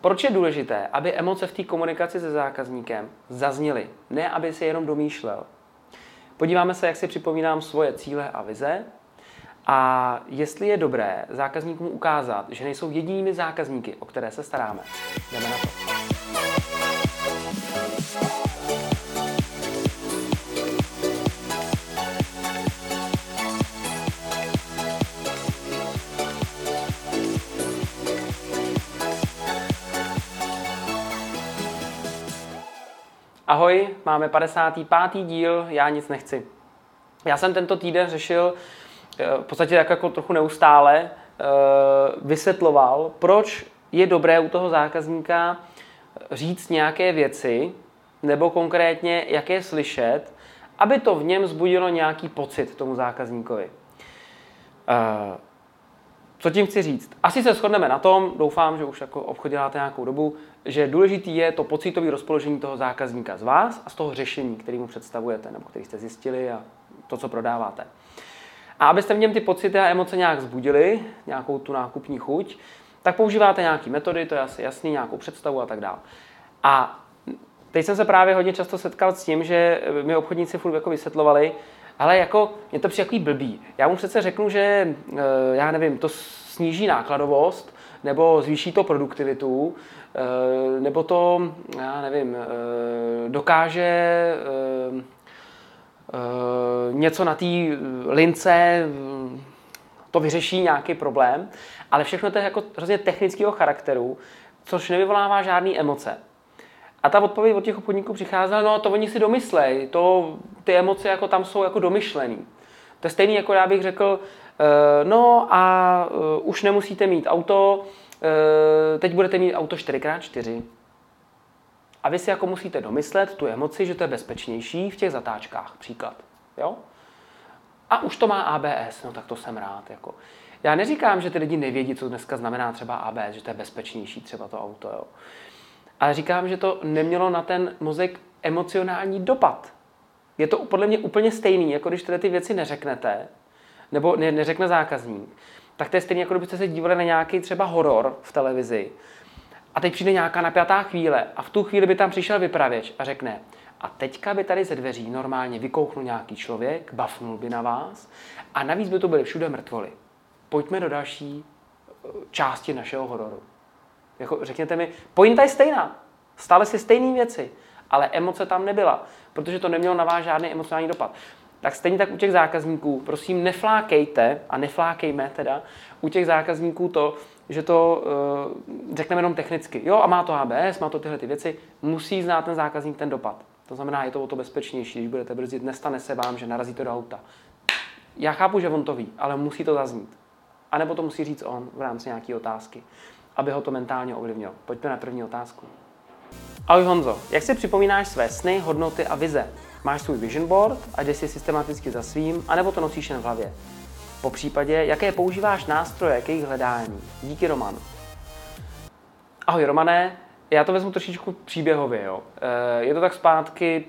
Proč je důležité, aby emoce v té komunikaci se zákazníkem zazněly, ne aby si jenom domýšlel? Podíváme se, jak si připomínám svoje cíle a vize a jestli je dobré zákazníkům ukázat, že nejsou jedinými zákazníky, o které se staráme. Jdeme na to. Ahoj, máme 55. díl, já nic nechci. Já jsem tento týden řešil, v podstatě jako trochu neustále, vysvětloval, proč je dobré u toho zákazníka říct nějaké věci, nebo konkrétně, jak je slyšet, aby to v něm vzbudilo nějaký pocit tomu zákazníkovi. Co tím chci říct? Asi se shodneme na tom, doufám, že už jako obchod děláte nějakou dobu, že důležitý je to pocitové rozpoložení toho zákazníka z vás a z toho řešení, který mu představujete, nebo který jste zjistili a to, co prodáváte. A abyste v něm ty pocity a emoce nějak vzbudili, nějakou tu nákupní chuť, tak používáte nějaké metody, to je asi jasný, nějakou představu a tak dále. A teď jsem se právě hodně často setkal s tím, že mi obchodníci furt jako vysvětlovali, ale jako, mě to přijde takový blbý. Já mu přece řeknu, že, já nevím, to sníží nákladovost, nebo zvýší to produktivitu, nebo to, já nevím, dokáže něco na té lince, to vyřeší nějaký problém, ale všechno to je jako hrozně technického charakteru, což nevyvolává žádný emoce. A ta odpověď od těch obchodníků přicházela, no to oni si domyslej, ty emoce jako tam jsou jako domyšlený. To je stejný, jako já bych řekl, no a už nemusíte mít auto, teď budete mít auto 4x4. A vy si jako musíte domyslet tu emoci, že to je bezpečnější v těch zatáčkách, příklad. Jo? A už to má ABS, no tak to jsem rád. Jako. Já neříkám, že ty lidi nevědí, co dneska znamená třeba ABS, že to je bezpečnější třeba to auto. Jo? Ale říkám, že to nemělo na ten mozek emocionální dopad. Je to podle mě úplně stejný, jako když tyhle ty věci neřeknete, nebo neřekne zákazník, tak to je stejný, jako kdybyste se dívali na nějaký třeba horor v televizi a teď přijde nějaká napjatá chvíle a v tu chvíli by tam přišel vypravěč a řekne, a teďka by tady ze dveří normálně vykouknul nějaký člověk, bafnul by na vás a navíc by to byly všude mrtvoly. Pojďme do další části našeho hororu. Jako, řekněte mi, pointa je stejná, stále si stejné věci, ale emoce tam nebyla, protože to nemělo na vás žádný emocionální dopad. Tak stejně tak u těch zákazníků, prosím, neflákejte a neflákejme teda u těch zákazníků to, že to řekneme jenom technicky. Jo, a má to ABS, má to tyhle ty věci, musí znát ten zákazník ten dopad. To znamená, je to o to bezpečnější, když budete brzdit, nestane se vám, že narazíte do auta. Já chápu, že on to ví, ale musí to zaznít. A nebo to musí říct on v rámci nějaké otázky, aby ho to mentálně ovlivnilo. Pojďme na první otázku. Ahoj Honzo, jak si připomínáš své sny, hodnoty a vize? Máš svůj vision board a jdeš si systematicky za svým, anebo to nosíš jen v hlavě? Po případě, jaké používáš nástroje k jejich hledání? Díky Roman. Ahoj Romane, já to vezmu trošičku příběhově. Jo. Je to tak zpátky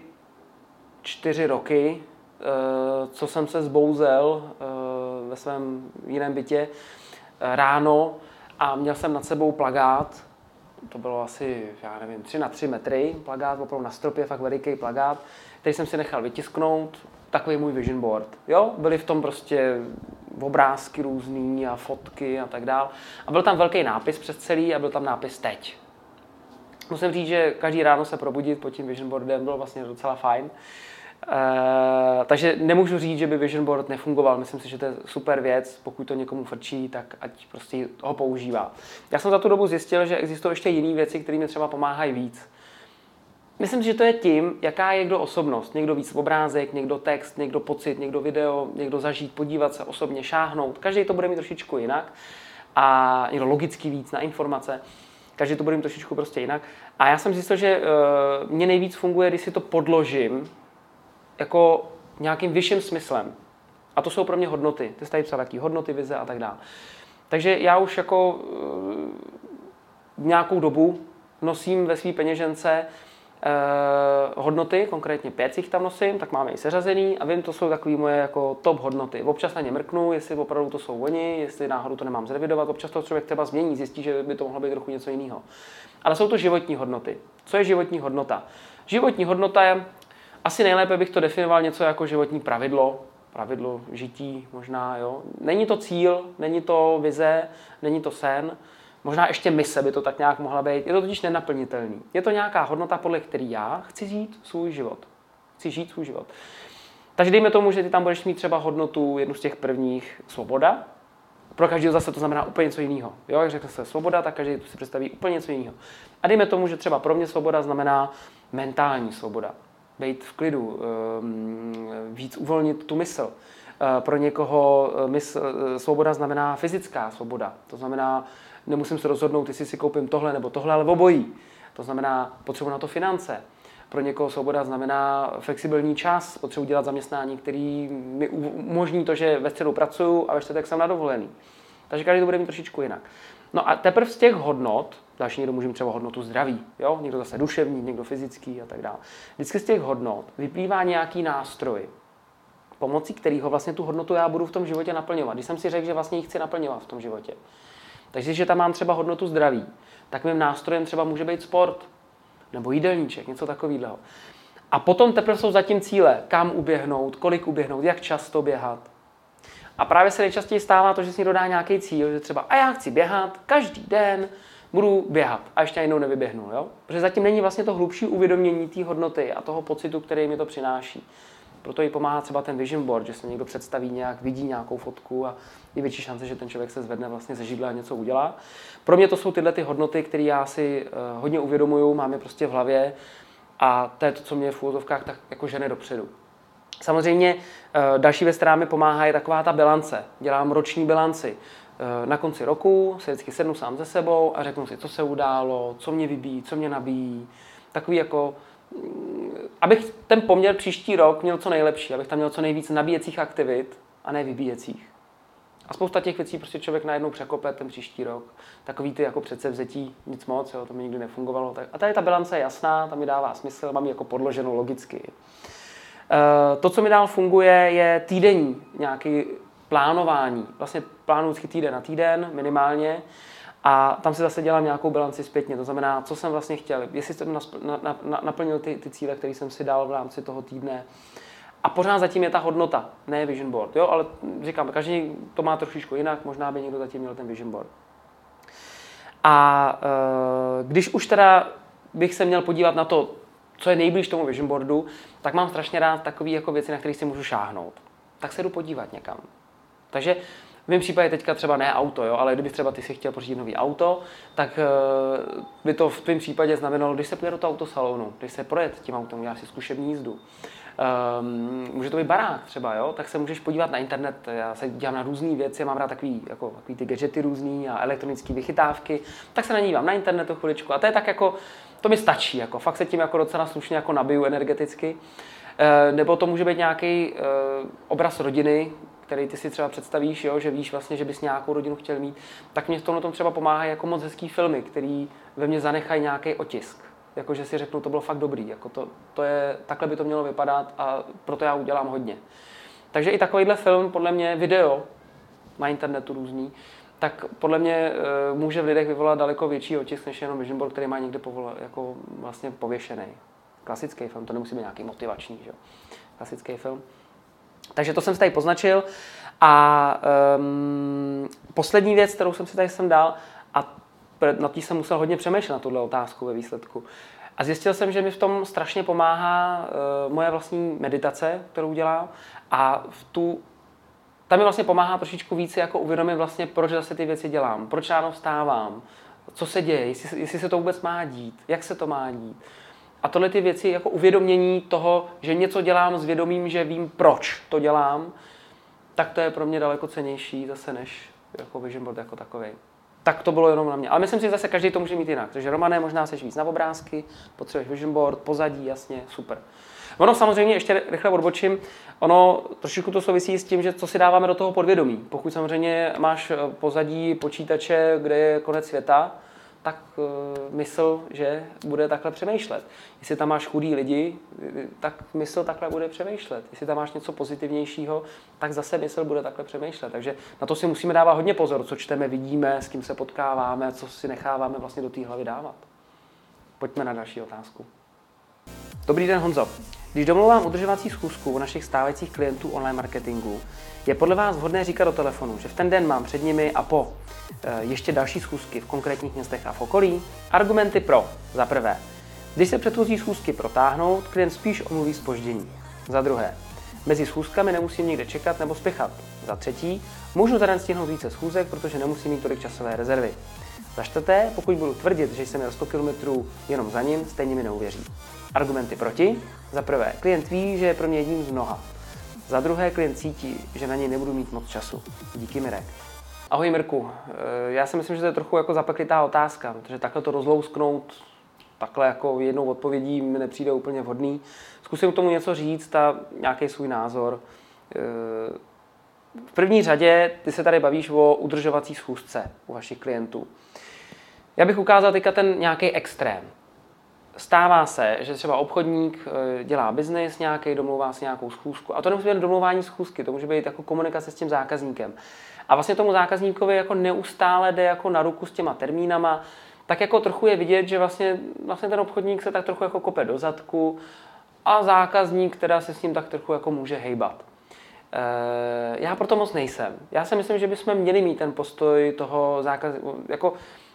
4 roky, co jsem se zbouzel ve svém jiném bytě ráno a měl jsem nad sebou plakát. To bylo asi, já nevím, 3x3 metry plakát, opravdu na stropě, fakt veliký plakát, který jsem si nechal vytisknout, takový můj vision board. Jo, byly v tom prostě obrázky různý a fotky a tak dál. A byl tam velký nápis přes celý a byl tam nápis teď. Musím říct, že každý ráno se probudit pod tím vision boardem bylo vlastně docela fajn. Takže nemůžu říct, že by vision board nefungoval. Myslím si, že to je super věc. Pokud to někomu frčí, tak ať prostě ho používá. Já jsem za tu dobu zjistil, že existují ještě jiné věci, které mi třeba pomáhají víc. Myslím si, že to je tím, jaká je kdo osobnost. Někdo víc obrázek, někdo text, někdo pocit, někdo video, někdo zažít, podívat se, osobně šáhnout. Každý to bude mít trošičku jinak. A někdo logicky víc na informace. Každý to bude mít trošičku prostě jinak. A já jsem zjistil, že mě nejvíc funguje, když si to podložím jako nějakým vyšším smyslem. A to jsou pro mě hodnoty. Ty jsi tady psal taky hodnoty, vize a tak dále. Takže já už jako nějakou dobu nosím ve své peněžence hodnoty, konkrétně 5 jich tam nosím, tak máme i seřazený a vím, to jsou takové moje jako top hodnoty. Občas na ně mrknu, jestli opravdu to jsou oni, jestli náhodou to nemám zrevidovat, občas to člověk třeba změní, zjistí, že by to mohlo být trochu něco jiného. Ale jsou to životní hodnoty. Co je životní hodnota? Životní hodnota je, asi nejlépe bych to definoval něco jako životní pravidlo žití možná, jo. Není to cíl, není to vize, není to sen, možná ještě mise by to tak nějak mohla být. Je to totiž nenaplnitelný. Je to nějaká hodnota, podle které já chci žít svůj život. Takže dejme tomu, že ty tam budeš mít třeba hodnotu, jednu z těch prvních, svoboda. Pro každého zase to znamená úplně něco jiného. Jo, jak řekne se svoboda, tak každý si představí úplně něco jiného. A dejme tomu, že třeba pro mě svoboda znamená mentální svoboda. Být v klidu, víc uvolnit tu mysl. Pro někoho svoboda znamená fyzická svoboda. To znamená, nemusím se rozhodnout, jestli si koupím tohle nebo tohle, ale obojí. To znamená, potřebuji na to finance. Pro někoho svoboda znamená flexibilní čas, potřebuji dělat zaměstnání, který mi umožní to, že ve středu pracuju a ve čtvrtek jsem na dovolený. Takže každý to bude mít trošičku jinak. No a teprve z těch hodnot, další někdo může mít třeba hodnotu zdraví, jo? Někdo zase duševní, někdo fyzický a tak dále. Vždycky z těch hodnot vyplývá nějaký nástroj, pomocí kterého vlastně tu hodnotu já budu v tom životě naplňovat. Když jsem si řekl, že vlastně ji chci naplňovat v tom životě. Takže když tam mám třeba hodnotu zdraví, tak mým nástrojem třeba může být sport, nebo jídelníček, něco takového. A potom teprve jsou zatím cíle, kam uběhnout, kolik uběhnout, jak často běhat. A právě se nejčastěji stává to, že si někdo dá nějaký cíl, že třeba a já chci běhat, každý den budu běhat a ještě jednou nevyběhnu, jo? Protože zatím není vlastně to hlubší uvědomění té hodnoty a toho pocitu, který mi to přináší. Proto jí pomáhá třeba ten vision board, že se někdo představí nějak, vidí nějakou fotku a je větší šance, že ten člověk se zvedne vlastně ze židle a něco udělá. Pro mě to jsou tyhle ty hodnoty, které já si hodně uvědomuju, mám je prostě v hlavě a to je to, co mě v úvozovkách tak jako žene dopředu. Samozřejmě další věc, která mi pomáhá, je taková ta bilance. Dělám roční bilanci. Na konci roku se vždycky sednu sám se sebou a řeknu si, co se událo, co mě vybíjí, co mě nabíjí. Takový jako, abych ten poměr příští rok měl co nejlepší, abych tam měl co nejvíc nabíjecích aktivit a ne vybíjecích. A spousta těch věcí prostě člověk najednou překope ten příští rok. Takový ty jako předsevzetí, nic moc, jo, to mi nikdy nefungovalo. A tady ta bilance je jasná, tam mi dává smysl, mám ji jako podloženou logicky. To, co mi dál funguje, je týdenní nějaké plánování. Vlastně plánuji vždycky týden na týden minimálně a tam si zase dělám nějakou bilanci zpětně. To znamená, co jsem vlastně chtěl, jestli jsem naplnil ty cíle, které jsem si dal v rámci toho týdne. A pořád zatím je ta hodnota, ne vision board. Jo? Ale říkám, každý to má trošičku jinak, možná by někdo zatím měl ten vision board. A když už teda bych se měl podívat na to, co je nejblíž tomu vision boardu, tak mám strašně rád takové jako věci, na kterých si můžu šáhnout. Tak se jdu podívat někam. Takže v mém případě teďka třeba ne auto, jo, ale kdyby třeba ty si chtěl pořídit nový auto, tak by to v tvém případě znamenalo, když se půjde do toho autosalonu, když se projet tím autem, uděláš si zkušební jízdu. Může to být barák třeba, jo? Tak se můžeš podívat na internet, já se dívám na různé věci, mám rád takový ty gadgety různý a elektronické vychytávky, tak se na ní dívám na internetu chviličku a to je tak jako, to mi stačí, jako fakt se tím jako docela slušně jako nabiju energeticky. Nebo to může být nějaký obraz rodiny, který ty si třeba představíš, jo? Že víš vlastně, že bys nějakou rodinu chtěl mít, tak mě v tomhle tom třeba pomáhají jako moc hezký filmy, který ve mně zanechají nějaký otisk. Jakože si řeknu, to bylo fakt dobrý, jako to je, takhle by to mělo vypadat a proto já udělám hodně. Takže i takovýhle film, podle mě video na internetu různý, tak podle mě může v lidech vyvolat daleko větší otisk, než jenom vision board, který má někde jako vlastně pověšený. Klasický film, to nemusí být nějaký motivační, že? Klasický film. Takže to jsem si tady poznačil a poslední věc, kterou jsem si tady dal, a na tí jsem musel hodně přemýšlet na tuhle otázku ve výsledku. A zjistil jsem, že mi v tom strašně pomáhá moje vlastní meditace, kterou dělám. A tam mi vlastně pomáhá trošičku více jako uvědomit vlastně, proč zase ty věci dělám, proč ráno vstávám, co se děje, jestli se to vůbec má dít, jak se to má dít. A tohle ty věci jako uvědomění toho, že něco dělám s vědomím, že vím, proč to dělám, tak to je pro mě daleko cennější zase než jako vision board jako takovej. Tak to bylo jenom na mě. Ale myslím si, že zase každý to může mít jinak. Takže Romane, možná seš víc na obrázky, potřebuješ vision board, pozadí, jasně, super. Ono samozřejmě, ještě rychle odbočím, ono trošičku to souvisí s tím, že co si dáváme do toho podvědomí. Pokud samozřejmě máš pozadí počítače, kde je konec světa, tak mysl, že bude takhle přemýšlet. Jestli tam máš chudý lidi, tak mysl takhle bude přemýšlet. Jestli tam máš něco pozitivnějšího, tak zase mysl bude takhle přemýšlet. Takže na to si musíme dávat hodně pozor, co čteme, vidíme, s kým se potkáváme, co si necháváme vlastně do té hlavy dávat. Pojďme na další otázku. Dobrý den, Honzo. Když domlouvám udržovací schůzku u našich stávajících klientů online marketingu, je podle vás vhodné říkat do telefonu, že v ten den mám před nimi a po ještě další schůzky v konkrétních městech a v okolí? Argumenty pro. Za prvé, když se předchozí schůzky protáhnou, klient spíš omluví zpoždění. Za druhé, mezi schůzkami nemusím nikde čekat nebo spěchat. Za třetí, můžu za den stihnout více schůzek, protože nemusím mít tolik časové rezervy. Za čtvrté, pokud budu tvrdit, že jsem měl 100 km jenom za ním, stejně mi neuvěří. Argumenty proti. Za prvé, klient ví, že je pro mě jedním z mnoha. Za druhé, klient cítí, že na něj nebudu mít moc času. Díky, Mirek. Ahoj, Mirku. Já si myslím, že to je trochu jako zapeklitá otázka, protože takhle to rozlousknout takhle jako jednou odpovědí mi nepřijde úplně vhodný. Zkusím k tomu něco říct a nějaký svůj názor. V první řadě ty se tady bavíš o udržovací schůzce u vašich klientů. Já bych ukázal teďka ten nějaký extrém. Stává se, že třeba obchodník dělá biznis nějaký, domlouvá si nějakou schůzku. A to nemusí být domlouvání schůzky, to může být jako komunikace s tím zákazníkem. A vlastně tomu zákazníkovi jako neustále jde jako na ruku s těma termínama. Tak jako trochu je vidět, že vlastně ten obchodník se tak trochu jako kope do zadku a zákazník teda se s ním tak trochu jako může hejbat. Já proto moc nejsem. Já si myslím, že bychom měli mít ten postoj toho zákazníka, jako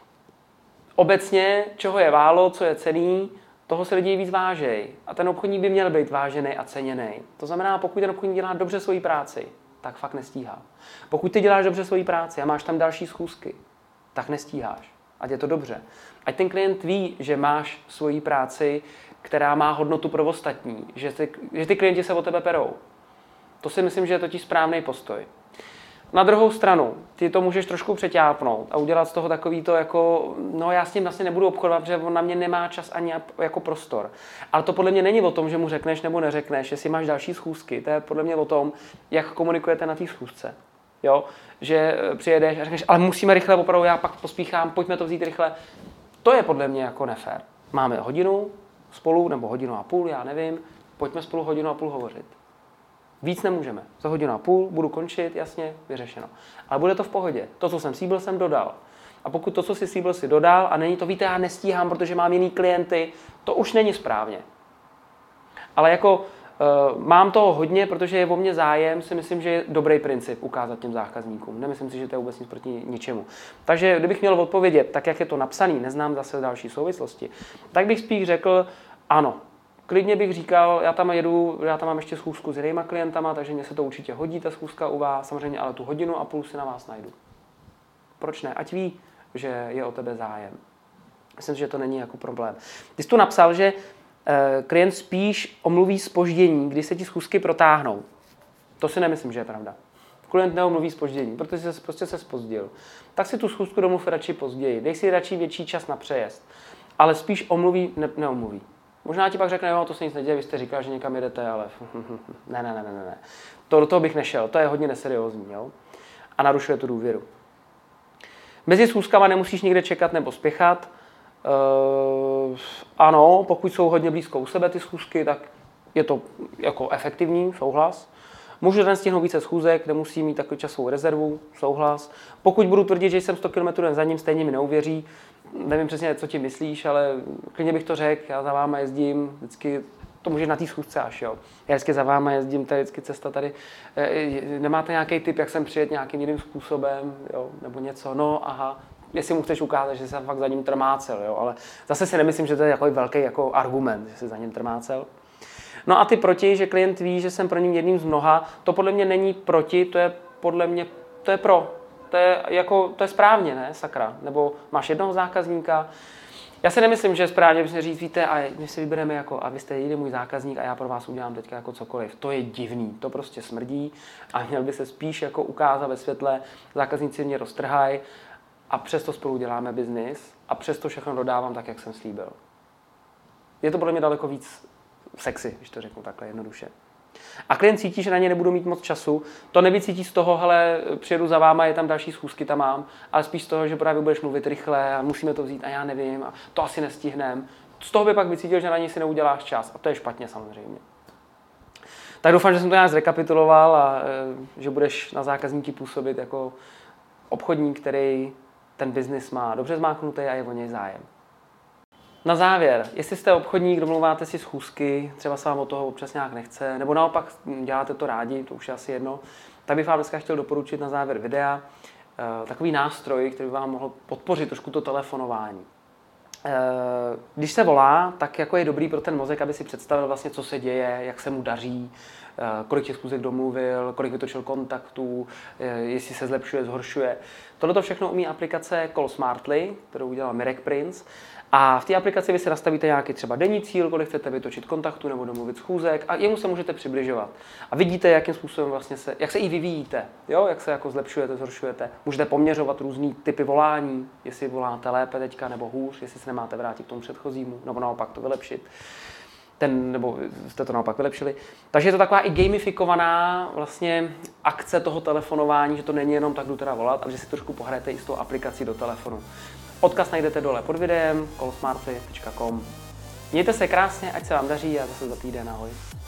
obecně, čeho je válo, co je cenný, toho se lidi víc vážej. A ten obchodník by měl být vážený a ceněný. To znamená, pokud ten obchodník dělá dobře svoji práci, tak fakt nestíhá. Pokud ty děláš dobře svoji práci a máš tam další schůzky, tak nestíháš. Ať je to dobře. Ať ten klient ví, že máš svoji práci, která má hodnotu pro ostatní, že ty klienti se o tebe perou. To si myslím, že je totiž správný postoj. Na druhou stranu, ty to můžeš trošku přeťápnout a udělat z toho takový to jako, no já s ním vlastně nebudu obchodovat, protože on na mě nemá čas ani jako prostor. Ale to podle mě není o tom, že mu řekneš nebo neřekneš, jestli máš další schůzky. To je podle mě o tom, jak komunikujete na té schůzce. Jo? Že přijedeš a řekneš, ale musíme rychle, opravdu já pak pospíchám, pojďme to vzít rychle. To je podle mě jako nefér. Máme hodinu spolu, nebo hodinu a půl, já nevím, pojďme spolu hodinu a půl hovořit. Víc nemůžeme. Za hodinu a půl budu končit, jasně, vyřešeno. Ale bude to v pohodě. To, co jsem slíbil, jsem dodal. A pokud to, co si slíbil, si dodal a není to, víte, já nestíhám, protože mám jiný klienty, to už není správně. Ale jako mám toho hodně, protože je o mě zájem, si myslím, že je dobrý princip ukázat těm zákazníkům. Nemyslím si, že to je vůbec nic proti ničemu. Takže kdybych měl odpovědět, tak jak je to napsaný, neznám zase další souvislosti, tak bych spíš řekl ano. Klidně bych říkal, já tam mám ještě schůzku s jinýma klientama, takže mně se to určitě hodí, ta schůzka u vás, samozřejmě, ale tu hodinu a půl si na vás najdu. Proč ne? Ať ví, že je o tebe zájem. Myslím, že to není jako problém. Ty jsi tu napsal, že klient spíš omluví zpoždění, když se ti schůzky protáhnou. To si nemyslím, že je pravda. Klient neomluví zpoždění, protože prostě se zpozdil. Tak si tu schůzku domluv radši později. Dej si radši větší čas na přejezd. Ale spíš omluví, neomluví. Možná ti pak řekne, jo, to se nic neděje, vy jste říkal, že někam jedete, ale ne. Do toho bych nešel, to je hodně neseriózní, jo? A narušuje tu důvěru. Mezi schůzkama nemusíš nikde čekat nebo spěchat. Ano, pokud jsou hodně blízko u sebe ty schůzky, tak je to jako efektivní, souhlas. Můžu ten stihnout více schůzek, nemusí mít takovou časovou rezervu, souhlas. Pokud budu tvrdit, že jsem 100 km za ním, stejně mi neuvěří. Nevím přesně, co ti myslíš, ale klidně bych to řekl, já za váma jezdím, vždycky, to můžeš na té schůzce až, jo. Já vždycky za váma jezdím, tady vždycky cesta tady. Nemáte nějaký tip, jak jsem přijet nějakým jiným způsobem, jo, nebo něco, no, aha. Jestli mu chceš ukázat, že jsem fakt za ním trmácel, jo, ale zase si nemyslím, že to je jako velký jako argument, že jsi za ním trmácel. No a ty proti, že klient ví, že jsem pro ním jedním z mnoha, to podle mě není proti, to je podle mě, to je pro. To je správně, ne, sakra? Nebo máš jednoho zákazníka. Já si nemyslím, že je správně, bychom říct, víte, a my si vybereme jako, a vy jste jediný můj zákazník a já pro vás udělám teďka jako cokoliv. To je divný, to prostě smrdí a měl by se spíš jako ukázat ve světle, zákazníci mě roztrhají a přesto spolu děláme biznis a přesto všechno dodávám tak, jak jsem slíbil. Je to podle mě daleko víc sexy, když to řeknu takhle jednoduše. A klient cítí, že na ně nebudu mít moc času. To nevycítí z toho, hele, přijedu za váma, je tam další schůzky, tam mám, ale spíš z toho, že právě budeš mluvit rychle a musíme to vzít a já nevím a to asi nestihnem. Z toho by pak vycítil, že na něj si neuděláš čas a to je špatně samozřejmě. Tak doufám, že jsem to nějak zrekapituloval a že budeš na zákazníky působit jako obchodník, který ten biznis má dobře zmáknutý a je o něj zájem. Na závěr, jestli jste obchodník, domluváte si schůzky, třeba se vám od toho občas nějak nechce, nebo naopak děláte to rádi, to už je asi jedno, tak bych vám dneska chtěl doporučit na závěr videa takový nástroj, který by vám mohl podpořit trošku to telefonování. Když se volá, tak jako je dobrý pro ten mozek, aby si představil vlastně, co se děje, jak se mu daří, kolik těch schůzek domluvil, kolik vytočil kontaktů, jestli se zlepšuje, zhoršuje. Tohle to všechno umí aplikace Call Smartly, kterou udělal Mirek Prince. A v té aplikaci vy si nastavíte nějaký třeba denní cíl, kolik chcete vytočit kontaktů nebo domluvit schůzek a jemu se můžete přibližovat. A vidíte, jakým způsobem vlastně jak se i vyvíjíte, jo? Jak se jako zlepšujete, zhoršujete. Můžete poměřovat různý typy volání, jestli voláte lépe teďka nebo hůř, jestli se nemáte vrátit k tomu předchozímu, nebo naopak to vylepšit. Nebo jste to naopak vylepšili. Takže je to taková i gamifikovaná vlastně akce toho telefonování, že to není jenom tak, jdu teda volat, ale že si trošku pohrajete i s tou aplikací do telefonu. Odkaz najdete dole pod videem callsmartly.com. Mějte se krásně, ať se vám daří a zase za týden, ahoj.